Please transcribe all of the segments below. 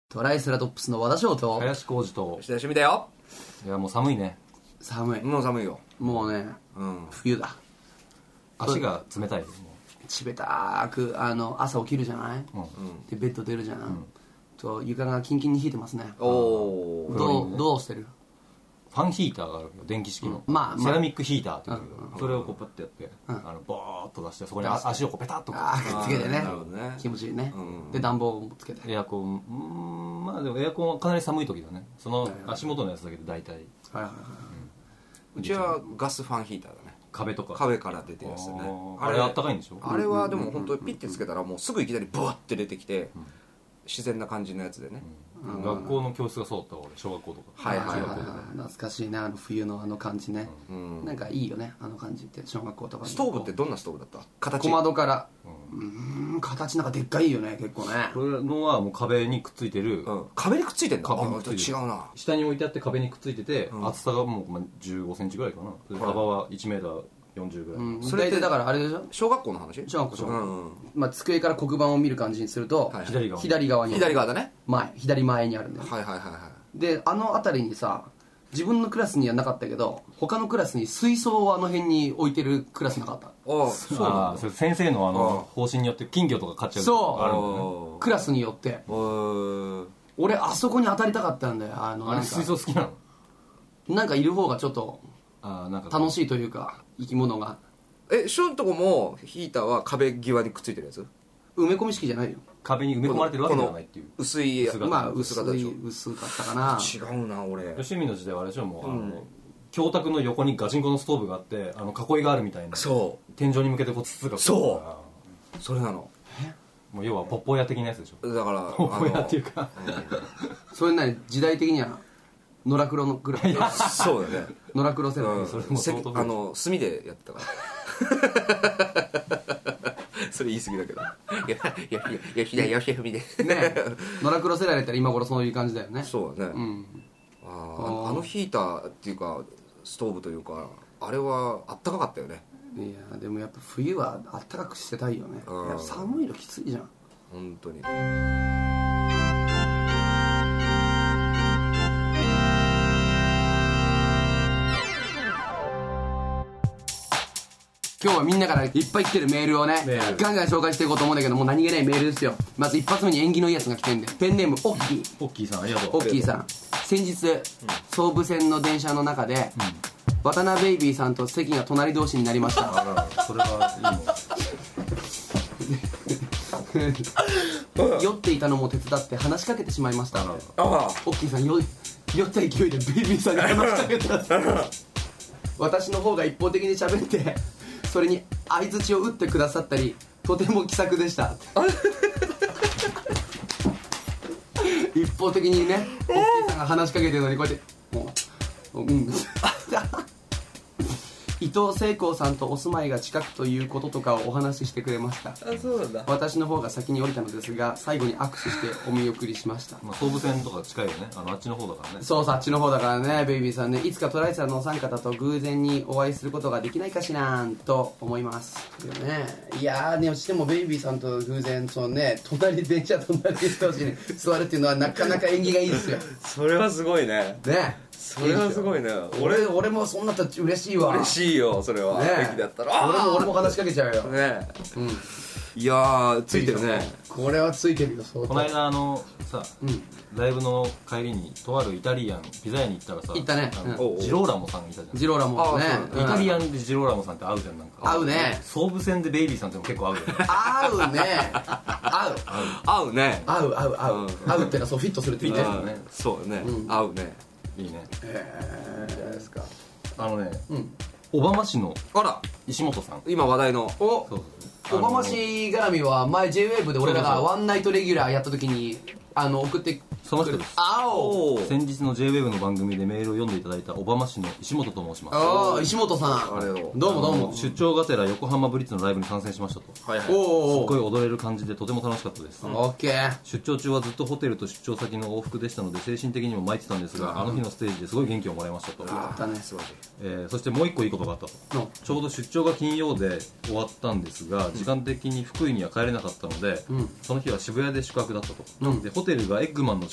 トライセラトップスの和田翔と林浩二と。 吉田趣味だよ。 いやもう寒いね。 寒い。 もう寒いよ。 もうね、冬だ。 足が冷たいよ。も冷たく朝起きるじゃない、でベッド出るじゃない、と床がキンキンに冷えてますね。 おどうしてる？ ファンヒーターがあるよ、電気式の、セラミックヒーターっていうそれをこうパッてやって、ボーっと出してそこに足をこうペタッとくっつけてね、気持ちいいね、で暖房もつけてエアコン、まあでもエアコンはかなり寒い時だね。その足元のやつだけど大体、 うちはガスファンヒーターだね。 壁とか壁から出てるやつだね。 あれあったかいんでしょ？ あれはでも本当にピッてつけたらもうすぐいきなりブワッて出てきて、自然な感じのやつでね。 学校の教室がそうだったわ俺、小学校とか。 はいはいはい。 懐かしいね、冬の感じね。なんかいいよね、感じって。小学校とかストーブってどんなストーブだった？形？ 小窓から形なんかでっかいよね、結構ね。 これのはもう壁にくっついてる。 壁にくっついてんだ。 壁にくっついてる。 違うな。 下に置いてあって壁にくっついてて、厚さがもう15センチぐらいかな。幅は1メーター40ぐらい。 それってだからあれでしょ？ 小学校の話？ 小学校。机から黒板を見る感じにすると左側に、 左側だね。 左前にあるんだよ。 はいはいはいはい。 で辺りにさ、自分のクラスにはなかったけど他のクラスに水槽を辺に置いてるクラスなかった？ そうなんだ。 先生の方針によって金魚とか飼っちゃうとかあるんだよね。 クラスによって。俺あそこに当たりたかったんだよ。 あれ水槽好きなの？ なんかいる方がちょっと楽しいというか、生き物が。 ショーンとこもヒーターは壁際にくっついてるやつ？ 埋め込み式じゃないよ。 壁に埋め込まれてるわけではないっていう。 薄い薄かったかな。 違うな俺。 吉見の時代はあれでしょ、もう教卓の横にガチンコのストーブがあって囲いがあるみたいな。 そう。 天井に向けてこう筒が。 それなの。 もう要はポッポ屋的なやつでしょ。 だからポッポ屋っていうか。 それなり時代的には野良黒のぐらい。 そうだね。 野良黒世代。 それも相当炭でやってたから。それ言い過ぎだけど。吉田義文ですね。野良黒世代だったら今頃そういう感じだよね。 そうだね。あのヒーターっていうかストーブというかあれはあったかかったよね。 いやでもやっぱ冬はあったかくしてたいよね。寒いのきついじゃん本当に。 今日はみんなからいっぱい来てるメールをねガンガン紹介していこうと思うんだけど、もう何気ないメールですよ。まず一発目に縁起のいいやつが来てるんで、ペンネームオッキーさん、ありがとう。 オッキーさん、先日総武線の電車の中で渡辺ベイビーさんと席が隣同士になりました。 それはいいの？ 酔っていたのも手伝って話しかけてしまいました。オッキーさん、酔った勢いでベイビーさんに話しかけた。私の方が一方的に喋ってそれに相槌を打ってくださったり、とても気さくでした。一方的にね、オッキーさんが話しかけてるのにこうやって伊藤聖光さんとお住まいが近くということとかをお話ししてくれました。 そうなんだ。 私の方が先に降りたのですが、最後に握手してお見送りしました。 総武線とか近いよね。あっちの方だからね。 そうそう、あっちの方だからね。ベイビーさんね、いつかトライサーのお三方と偶然にお会いすることができないかしらんと思いますよね。いやーね、してもベイビーさんと偶然そうね、電車隣同士に座るっていうのはなかなか縁起がいいですよ。 それはすごいね。 ね、 それはすごいね。 俺もそんなったら嬉しいわ。 嬉しいよそれは。駅だったら俺も話しかけちゃうよね。いやーついてるね。 これはついてるよ。 この間さ、ライブの帰りにとあるイタリアンピザ屋に行ったらさ、 行ったね。 ジローラモさんいたじゃん。 ジローラモね。 イタリアンでジローラモさんって合うじゃん。なんか合うね。 総武線でベイビーさんっても結構合うよね。 合うね。 合うね。 合うってのはそうフィットするっていうね。 そうね。合うね。 いいね。 じゃないですか。 小浜市の石本さん、 今話題の小浜市絡みは前 JWAVE で俺らがワンナイトレギュラーやった時に送ってその人です。先日の JWAVE の番組でメールを読んでいただいた小浜市の石本と申します。 石本さん、どうもどうも。 出張がてら横浜ブリッツのライブに参戦しましたと。すっごい踊れる感じでとても楽しかったです。出張中はずっとホテルと出張先の往復でしたので精神的にも参ってたんですが、あの日のステージですごい元気をもらいましたと。そしてもう一個いいことがあったと。ちょうど出張が金曜で終わったんですが、時間的に福井には帰れなかったので、その日は渋谷で宿泊だったと。でホテルがエッグマンの近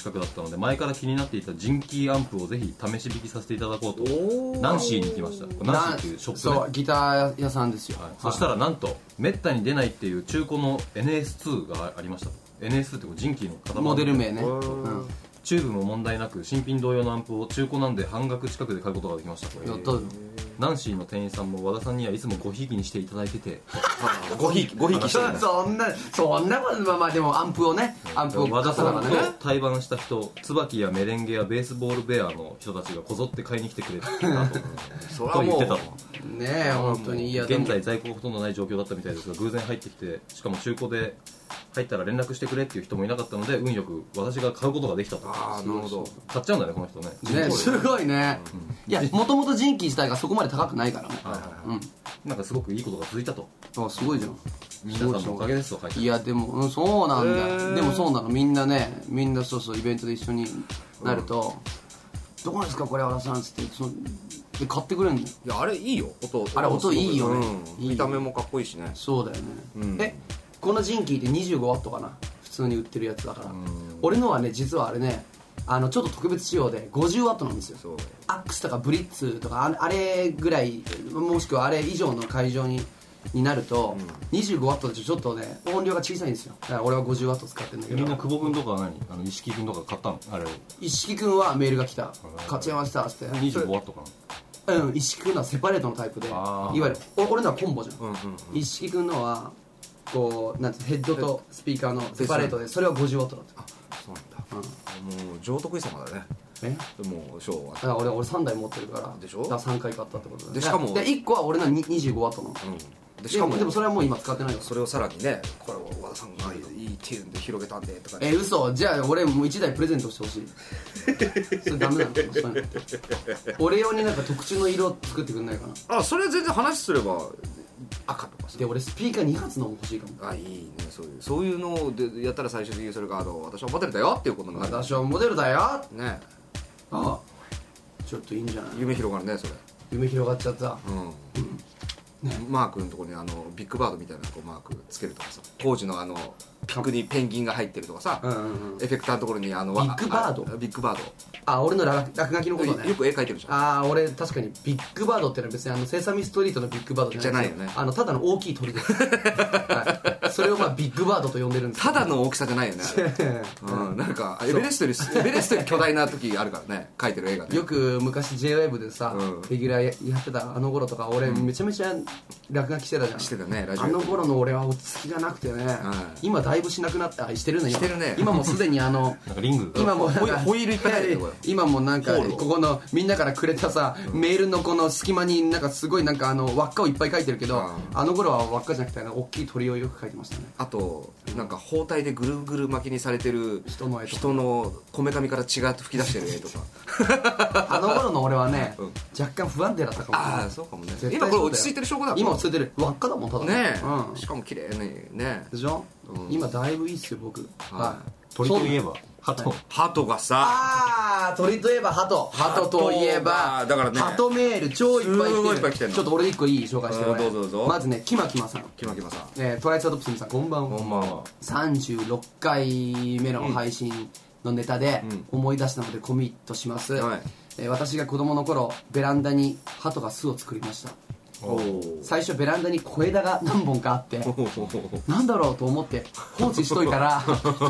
近くだったので前から気になっていたジンキーアンプをぜひ試し弾きさせていただこうとナンシーに行きました。ナンシーっていうショップで、 そうギター屋さんですよ、はい、 そしたらなんとめったに出ないっていう中古の NS2 がありました。 NS2 ってジンキーの塊モデル名ね、 チューブも問題なく新品同様のアンプを中古なんで半額近くで買うことができました。ナンシーの店員さんも和田さんにはいつもごひいきにしていただいててごひいきしてるそんなことまあでもアンプを和田さんと対バンした人、椿やメレンゲやベースボールベアの人たちがこぞって買いに来てくれたと言ってたのねえ本当に。いや現在在庫がほとんどない状況だったみたいですが偶然入ってきて、しかも中古で入ったら連絡してくれっていう人もいなかったので運よく私が買うことができたと。 ああなるほど、 買っちゃうんだねこの人ね。 すごいね、いやもともとジンキー自体がそこまで高くないからね、 なんかすごくいいことが続いたと。 あすごいじゃん、 皆さんのおかげですよ。 いやでも、そうなんだ、でもそうなの、みんなそうイベントで一緒になると、どこですかこれ和田さんっつってで買ってくれるんだよ。 いやあれいいよ、 あれ音いいよね、 見た目もかっこいいしね。 そうだよね、このジンキーって25ワットかな、普通に売ってるやつだから。俺のはね実はあれねちょっと特別仕様で50ワットなんですよ。アックスとかブリッツとかあれぐらいもしくはあれ以上の会場になると、25ワットでちょっとね音量が小さいんですよ。だから俺は50ワット使ってるんだけど。 みんな久保君とかは何一色君とか買ったの？あれ一色君はメールが来た、買っちゃいましたっつって。 25ワットかな。 一色君のはセパレートのタイプで、いわゆる俺のはコンボじゃん、一色君のはこうなんてヘッドとスピーカーのセパレートで、それは50ワットだった。 あそうなんだ、もう上得意様だね。もう昭和だから俺3台持ってるからでしょ、 だから3回買ったってことでしかもで1個は俺の25ワットの、でしかもでもそれはもう今使ってないよ。 それをさらにね、これを和田さんがいいっていうんで広げたんでとか、 嘘、じゃあ俺もう1台プレゼントしてほしいそれダメなの？そういうの俺用になんか特注の色作ってくんないかな。 あ、それは全然話すれば赤とかさ。 で俺スピーカー2発の欲しいかも。 あ、いいね、そういうのでやったら最終的にそれが私はモデルだよっていうことになる。 私はモデルだよね。 あ、ちょっといいんじゃない？ 夢広がるね、それ。 夢広がっちゃった。 マークのところにビッグバードみたいなマークつけるとかさ、工事のピックにペンギンが入ってるとかさ、エフェクターのところにビッグバード、 ビッグバード、 あ、俺の落書きのことね。 よく絵描いてるじゃん。 ああ、俺確かにビッグバードってのは別にセサミストリートのビッグバードじゃないよね。 ただの大きい鳥です、はい、それをビッグバードと呼んでるんです。 ただの大きさじゃないよねなんかエベレストより巨大な時あるからね、描いてる絵がね。 よく昔 J-WAVE でさ、レギュラーやってた頃とか俺めちゃめちゃ落書きしてたじゃん。 してたね、ラジオ。 あの頃の俺は落ち着きがなくてね、今だいぶしなくなって、してるね。今もすでにリング、 今もホイールいっぱい入ってる。 今もなんかここのみんなからくれたさ、メールのこの隙間になんかすごいなんか輪っかをいっぱい描いてるけど、あの頃は輪っかじゃなくて大きい鳥をよく描いてましたね。 あとなんか包帯でぐるぐる巻きにされてる人のこめかみから血が吹き出してる絵とかあの頃の俺はね、若干不安定だったかも。 ああ、そうかもね。今これ落ち着いてる証拠だもん。 今落ち着いてる、輪っかだもん、ただね。しかも綺麗にね。 でしょ。今だいぶいいっすよ僕。はい。 鳥といえば鳩がさあー、鳥といえば鳩といえばだからね、 鳩メール超いっぱい来てる。ちょっと俺一個いい紹介してもらえ。 どうぞ。 まずね、キマキマさん、トライサートプスミさん、こんばんは。36回目の配信のネタで思い出したのでコミットします。私が子供の頃ベランダに鳩が巣を作りました。最初ベランダに小枝が何本かあってなんだろうと思って放置しといたら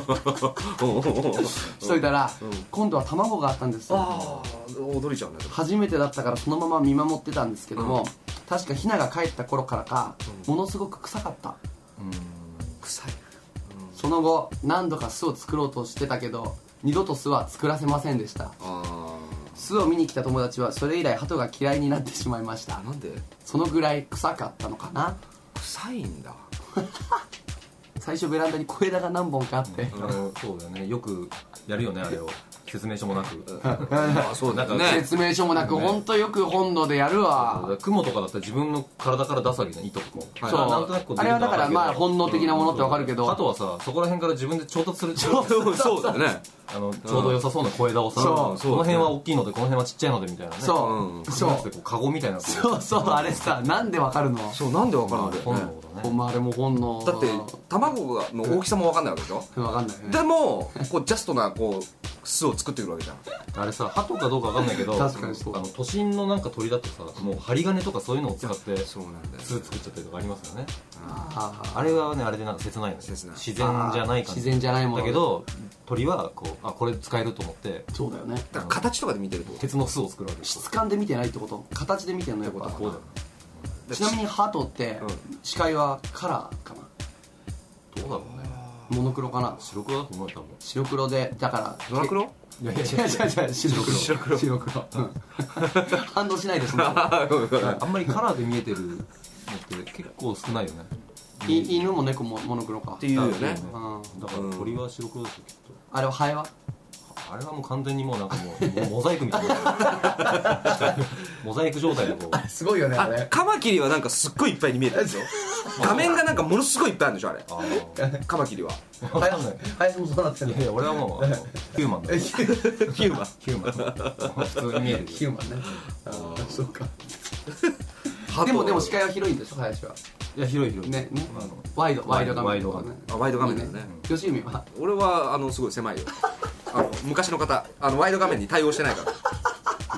今度は卵があったんです。 驚いちゃうね。 初めてだったからそのまま見守ってたんですけども、確かヒナが帰った頃からかものすごく臭かった。 臭い。 その後何度か巣を作ろうとしてたけど二度と巣は作らせませんでした。巣を見に来た友達はそれ以来鳩が嫌いになってしまいました。 なんで？ そのぐらい臭かったのかな。 臭いんだ最初ベランダに小枝が何本かあってそうだよね、よくやるよね、あれを説明書もなくそうだね、 説明書もなく本当よく本能でやるわ。 雲とかだったら自分の体から出すわけじゃん、糸とか。 そう、なんとなくあれはだからまあ本能的なものってわかるけど、 あとはさ、そこら辺から自分で調達する。 そうだね、 ちょうど良さそうな小枝をさ、この辺は大きいのでこの辺はちっちゃいのでみたいなね。そうカゴみたいな。 そうあれさ、なんでわかるの？ そう、なんでわかるんだよね。 本能だね。 あれも本能だって卵の大きさもわかんないわけでしょ。 わかんないね。 でもこうジャストなこう巣を作ってくるわけじゃん。 あれさ、鳩かどうかわかんないけど確かにそう。 都心のなんか鳥だとさ、もう針金とかそういうのを使ってそうなんだよ、 巣作っちゃったりとかありますよね。 あれはね、あれでなんか切ないよね。 切ない自然じゃない感じ。 自然じゃないものだけど鳥はこう、これ使えると思ってそうだよね。 だから形とかで見てると鉄の巣を作るわけです。 質感で見てないってこと、形で見てるのやっぱ。 こうだよ。 ちなみに鳩って視界はカラーかな。 どうだろうね。 モノクロかな。 白黒だと思うよ多分。 白黒で、だからドラクロ？ いやいや違う白黒反応しないですね。 あんまりカラーで見えてるのって結構少ないよね。 犬も猫もモノクロかっていうよね。 だから鳥は白黒ですよきっと。 あれはハエはあれはもう完全にもうなんかもうモザイクみたいなモザイク状態でこう。 すごいよねあれ。 カマキリはなんかすっごいいっぱいに見えてるんですよ。画面がなんかものすごいいっぱいあるんでしょあれ。カマキリはハエもそうなってる。 いや俺はもうヒューマンだよ。 ヒューマン普通に見える。 ヒューマンね。そうか。でも視界は広いんでしょ林は。 いや広いね、ワイド画面ね。 ワイド画面だよね。 吉見は俺はすごい狭いよ。昔の方ワイド画面に対応してないから。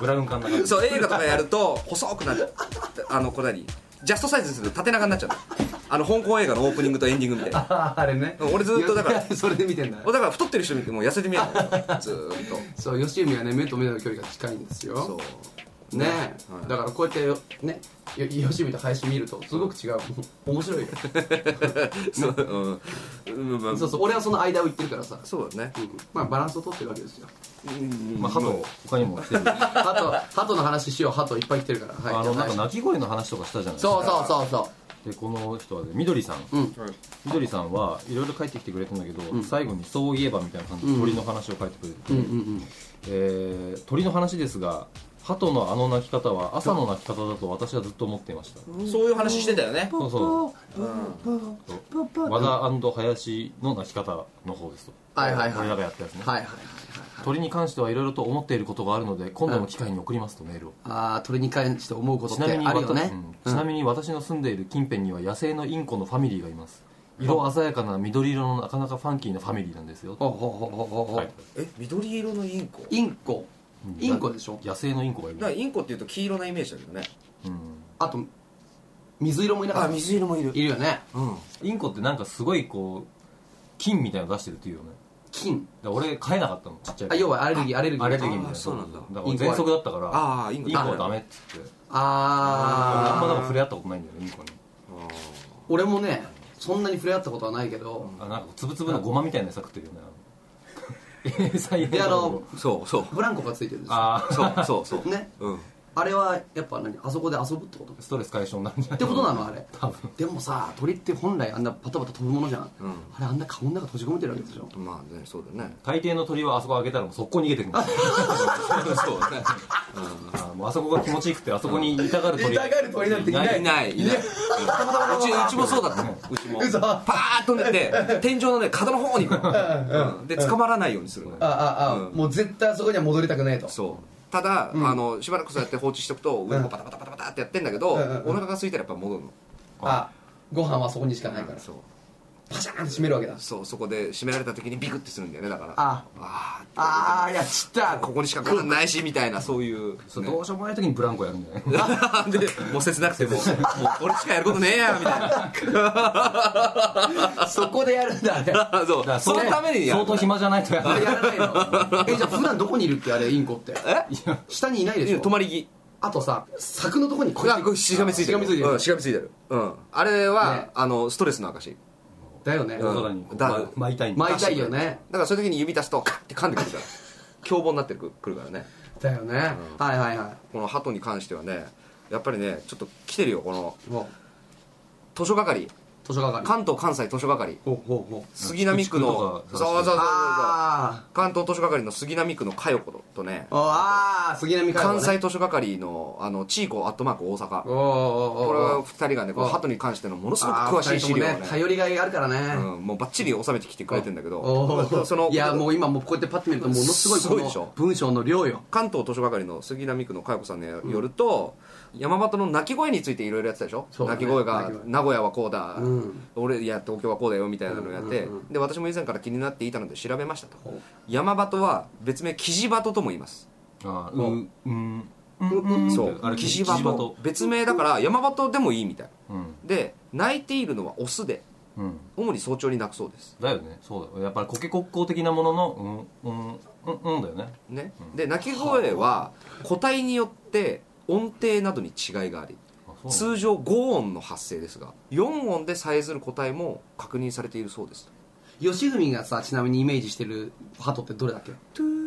ブラウン管だから。 そう映画とかやると細くなる。これ何ジャストサイズにすると縦長になっちゃうの。香港映画のオープニングとエンディングみたいな。 あれね。 俺ずっとだからそれで見てんだ。 だから太ってる人見ても痩せて見えるのずーっと。 そう吉見はね目と目の距離が近いんですよ。そうね、だからこうやってね吉見と林見るとすごく違う。面白いよ。そうそう俺はその間を言ってるからさ。 そうだね。 まあバランスを取ってるわけですよ。 まあ鳩他にも来てる。 鳩の話しよう。鳩いっぱい来てるから。 なんか鳴き声の話とかしたじゃないですか。そうでこの人はねみどりさん。みどりさんはいろいろ書いてきてくれたんだけど、最後にそういえばみたいな感じで鳥の話を書いてくれて、鳥の話ですが鳩の鳴き方は朝の鳴き方だと私はずっと思っていました。 そういう話してたよね。 そう和田&林の鳴き方の方ですと。俺らがやったやつね。鳥に関してはいろいろと思っていることがあるので今度の機会に送りますとメールを。鳥に関して思うことってあるよね。 ちなみに私の住んでいる近辺には野生のインコのファミリーがいます。色鮮やかな緑色のなかなかファンキーなファミリーなんですよ。 緑色のインコ。 インコでしょ。 野生のインコがいる。 だからインコっていうと黄色なイメージだけどね。 あと水色もいなかった。 水色もいるよね。 インコってなんかすごいこう菌みたいなの出してるっていうよね。 菌。 俺飼えなかったのちっちゃい。 要はアレルギーみたいな。 そうなんだ。 だから喘息だったからインコはダメっつって。あんまなんか触れ合ったことないんだよねインコに。 俺もねそんなに触れ合ったことはないけど。 なんかつぶつぶのゴマみたいな餌食ってるよね。 でそうブランコがついてるんですよ。 そうね。あれはやっぱあそこで遊ぶってこと？ ストレス解消になるんじゃないってことなのあれ。多分。でもさ鳥って本来あんなパタパタ飛ぶものじゃん。あれあんな顔の中閉じ込めてるわけでしょ。 まあねそうだね。 大抵の鳥はあそこ開けたらもう速攻逃げてくる。 そうだね。 もうあそこが気持ちよくてあそこにいたがる鳥なんていない。 うちもそうだったもん。うちもパーッと寝て天井のね角の方に行く。で捕まらないようにする。 もう絶対あそこには戻りたくないと。 そう。ただしばらくそうやって放置しておくと上の方パタパタパタパタってやってんだけどお腹が空いたらやっぱ戻るの。 ご飯はそこにしかないから。パシャーンって閉めるわけだ。 そこで閉められた時にビクってするんだよね。だからやっちったここにしかご飯ないしみたいなそういうどうしようもない時にブランコやるんじゃないでもう切なくてもう俺しかやることねえやみたいな。そこでやるんだあれ。 そのために相当暇じゃないとやらないの。じゃあ普段どこにいるってあれインコって。下にいないでしょ。 泊まり木。 あとさ柵のとこにしがみついてる。あれはストレスの証だよね。 巻いたいよね。 だからそういう時に指出すとカッて噛んでくるから凶暴になってくるからね。 だよね。 この鳩に関してはねやっぱりねちょっと来てるよこの図書係関東関西図書係杉並区の関東図書係の杉並区の佳代子とね関西図書係のチーコアットマーク大阪これは2人がねこの鳩に関してのものすごく詳しい資料をね頼りがいがあるからねもうバッチリ収めてきてくれてんだけどいやもう今もうこうやってパッと見るとものすごいこの文章の量よ。 関東図書係の杉並区の佳代子さんによると山本の鳴き声についていろいろやってたでしょ。鳴き声が名古屋はこうだ俺いや東京はこうだよみたいなのをやって、で私も以前から気になっていたので調べましたと。山鳩は別名キジバトとも言います。そうキジバト別名だから山鳩でもいいみたい、で鳴いているのはオスで、主に早朝に鳴くそうです。 だよね、そうだよ、やっぱりコケコッコー的なもののだよね。 で鳴き声は個体によって音程などに違いがあり、通常5音の発声ですが4音でさえずる個体も確認されているそうです。 吉文がさ、ちなみにイメージしてる鳩ってどれだっけ？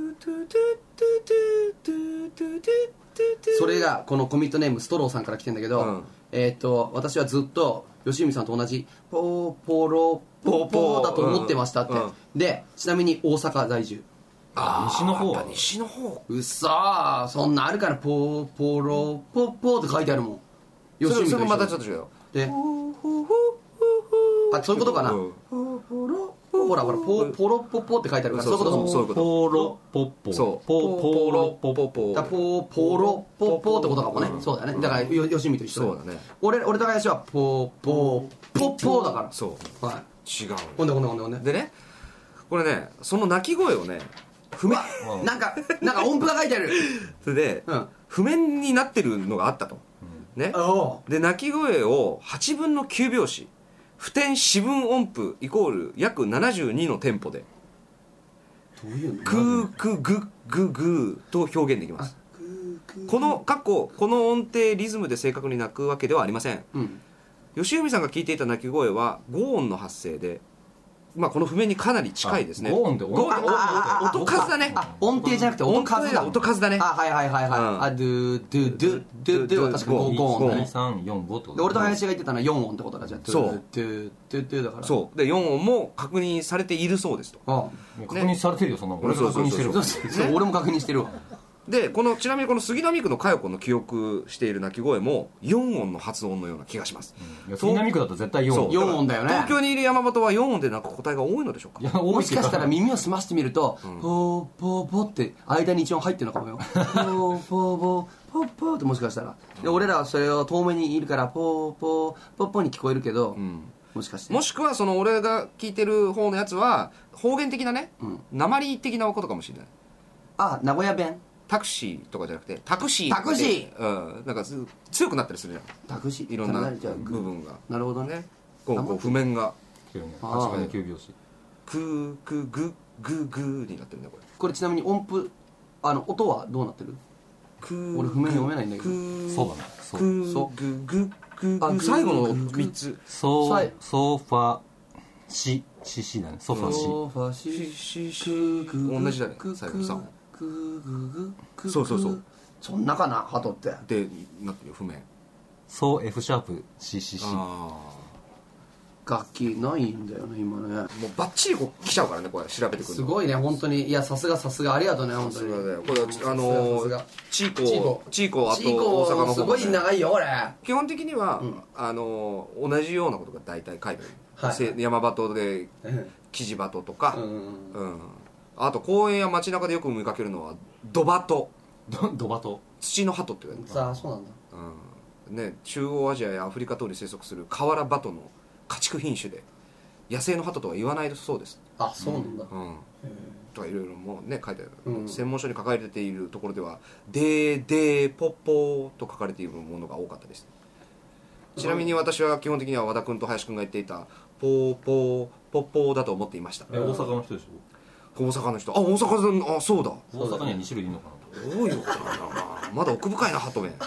それがこのコミットネームストローさんから来てんだけど、私はずっと吉文さんと同じポーポロポーポーだと思ってましたって、でちなみに大阪在住。 西の方。 西の方。 うっそー、そんなあるからポーポロポーポーって書いてあるもん。 吉文それもまたちょっと違うよ。 でそういうことかな。ほらほらポロポポって書いてあるから、そういうことかも。 そういうこと。ポロポポ。 そうポロポポ。 ポロポポってことかもね。そうだね。だから吉見と一緒。 そうだね。 俺と林はポポポポだから。 そう。はい。違う。 ほんで。 でね、これね、その鳴き声をね、譜面なんか音符が書いてある。 それで譜面になってるのがあったと。ね。で鳴き声を8分の9拍子。付点四分音符イコール約72のテンポでクークグッググーと表現できます。この音程リズムで正確に鳴くわけではありません。吉文さんが聞いていた鳴き声は5音の発声で、まあこの譜面にかなり近いですね。 5音で音数だね。 音程じゃなくて音数だ。 音数だね。 はい。ドゥドゥは確かに5音だね。 3、4、5ってこと。 俺と林が言ってたのは4音ってことだじゃん。 そう。 ドゥだから。 そう。で4音も確認されているそうですと。 確認されてるよ、そんなの。俺が確認してる。 そう俺も確認してるわ。 でちなみにこの杉並区の佳代子の記憶している鳴き声も4音の発音のような気がします。 杉並区だと絶対4音。 4音だよね。 東京にいる山本は4音で鳴く個体が多いのでしょうか。 もしかしたら耳を澄ましてみるとポーポーポーって間に一音入ってるのかもよ。ポーポーポーポーポーってもしかしたら。で俺らはそれを遠目にいるからポーポーポーポーに聞こえるけど、もしかしてもしくはその俺が聞いてる方のやつは方言的なね、訛り的なことかもしれない。 名古屋弁。 タクシーとかじゃなくてタクシー、なんか強くなったりするじゃん。 タクシーいろんな部分が。 なるほどね。 こう譜面が 8分の9拍子クークグググになってるねこれちなみに音符音はどうなってる？俺譜面読めないんだけど。 そうだね。 そうグググ最後の3つソファシシだね。ソファシ同じだね最後の3音。そうそんなかな鳩ってでなってるよ譜面。 ソ F シャープ CCC。 楽器ないんだよね今ね。 もうバッチリこう来ちゃうからねこれ調べてくるの。 すごいね本当に。いやさすがありがとうね本当に。 これチーコあと大阪の方すごい長いよこれ。 基本的には同じようなことが大体書いてある。山鳩でキジバトとか、あと公園や街中でよく見かけるのはドバト。土の鳩って言われる。 さあそうなんだ。 ね、中央アジアやアフリカ等に生息するカワラバトの家畜品種で野生の鳩とは言わないそうです。 そうなんだ。 とかいろいろもね書いてある。専門書に書かれているところではデーデーポッポーと書かれているものが多かったです。ちなみに私は基本的には和田君と林君が言っていたポーポーポッポーだと思っていました。 大阪の人でしょ。 大阪の人。大阪そうだ。 大阪には2種類いるのかな。 多いのかな。まだ奥深いな鳩面。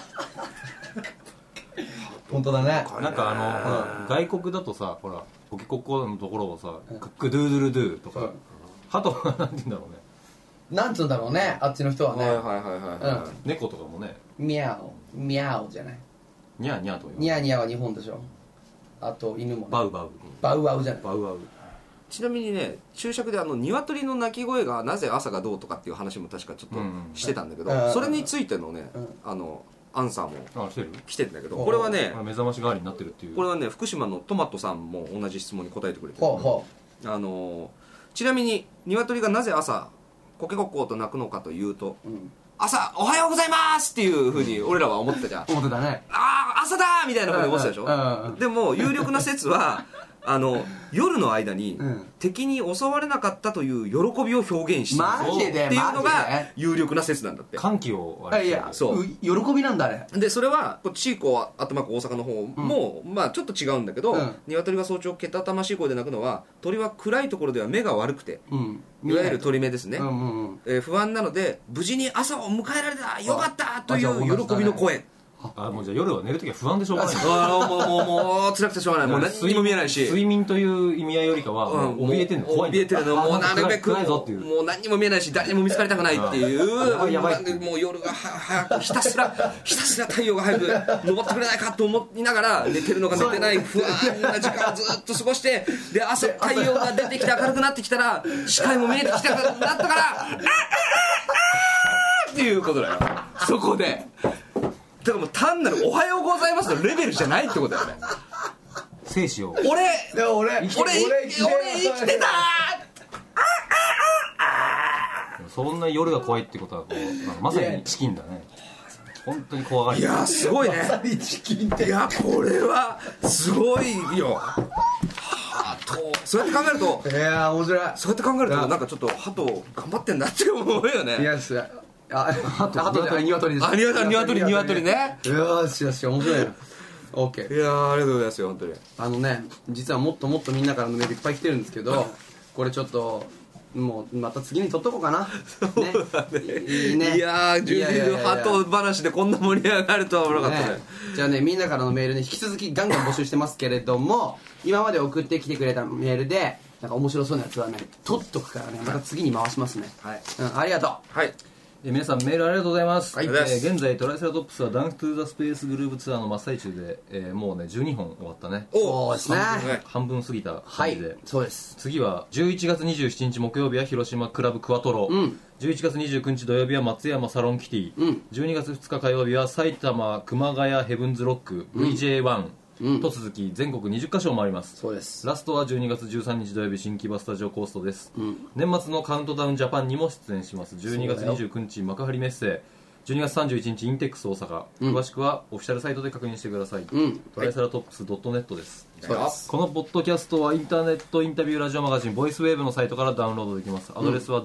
本当だね。 なんか外国だとさ、ほらコケコッコのところをさクドゥドゥルドゥとか鳩はなんて言うんだろうね。 なんつうんだろうねあっちの人はね。 猫とかもねミャオじゃない。 ニャーニャーとニャーニャーは日本でしょ。あと犬もバウバウじゃない。 バウバウ。 ちなみにね注釈で鶏の鳴き声がなぜ朝がどうとかっていう話も確かちょっとしてたんだけど、それについてのねアンサーも来てるんだけど、これはね目覚まし代わりになってるっていう。 これはね福島のトマトさんも同じ質問に答えてくれてる。ちなみに鶏がなぜ朝コケコッコーと鳴くのかというと、朝おはようございますっていうふうに俺らは思ってたじゃん。 思ってたね。 朝だみたいなこと思ってたでしょ。でも有力な説は夜の間に敵に襲われなかったという喜びを表現しているっていうのが有力な説なんだって。 歓喜をあれ、 いやそう喜びなんだね。 でそれはチーコ大阪の方も、まあちょっと違うんだけど、鶏が早朝けたたましい声で鳴くのは、鳥は暗いところでは目が悪くて、いわゆる鳥目ですね、不安なので無事に朝を迎えられたよかったという喜びの声。 もうじゃあ夜は寝るときは不安でしょうがない。 もう辛くてしょうがない。もう何にも見えないし、 睡眠という意味合いよりかは怯えてるの、怖いんだ。 怯えてるの、もうなるべくもう何にも見えないし誰にも見つかりたくないっていう、もう夜が早くひたすら太陽が早く昇ってくれないかと思いながら寝てるのか寝てない不安な時間をずっと過ごして、で朝太陽が出てきて明るくなってきたら視界も見えてきたなったからっていうことだよ。そこでだからもう単なるおはようございますのレベルじゃないってことだよね。 生死を俺生きてたそんな夜が怖いってことはまさにチキンだね。本当に怖がり。 いやすごいね。 まさにチキンって。 いやこれはすごいよ。そうやって考えると、 いや面白い。 そうやって考えるとなんかちょっと鳩頑張ってんだって思うよね。 いや鶏です。 鶏ね。 よしよし面白い。オッケー。 いやありがとうございますよ本当に。 ね実はもっともっとみんなからのメールいっぱい来てるんですけど、これちょっともうまた次に撮っとこうかな。 そうだね。いいね。いやー鳩話でこんな盛り上がるとは思わなかったね。 じゃあねみんなからのメールね引き続きガンガン募集してますけれども、今まで送ってきてくれたメールでなんか面白そうなやつはね撮っとくからね、また次に回しますね。はい。ありがとう。 はい。 皆さんメールありがとうございます。 現在トライセラトップスはダンストゥーザスペースグループツアーの真っ最中で、もうね12本終わったね。 そうですね。 半分過ぎた感じで、はい、 そうです。 次は11月27日木曜日は広島クラブクワトロ、11月29日土曜日は松山サロンキティ、12月2日火曜日は埼玉熊谷ヘブンズロック VJ1、と続き全国20カ所を回ります。 そうです。 ラストは12月13日土曜日新木場スタジオコーストです、年末のカウントダウンジャパンにも出演します。12月29日幕張メッセ、12月31日インテックス大阪、詳しくはオフィシャルサイトで確認してください。トライセラトップス .net です。このポッドキャストはインターネットインタビューラジオマガジンボイスウェーブのサイトからダウンロードできます。アドレスは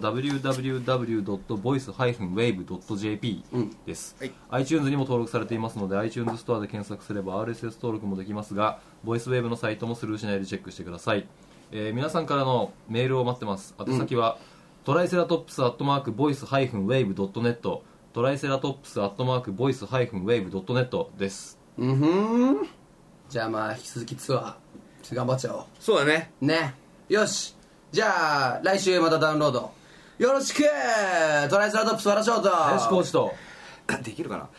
www.voice-wave.jp です、iTunes にも登録されていますので iTunes ストアで検索すれば RSS 登録もできますが、ボイスウェーブのサイトもスルーしないでチェックしてください。皆さんからのメールを待ってます。宛先は、トライセラトップス@voice-wave.net、トライセラトップス@voice-wave.net です。 じゃあまあ引き続きツアー頑張っちゃおう。 そうだね。 ね。よし。じゃあ来週またダウンロードよろしく。トライセラトップスわらしょうと林コーチとできるかな。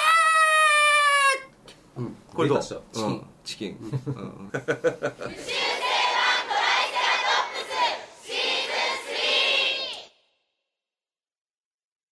これどう？ チキン。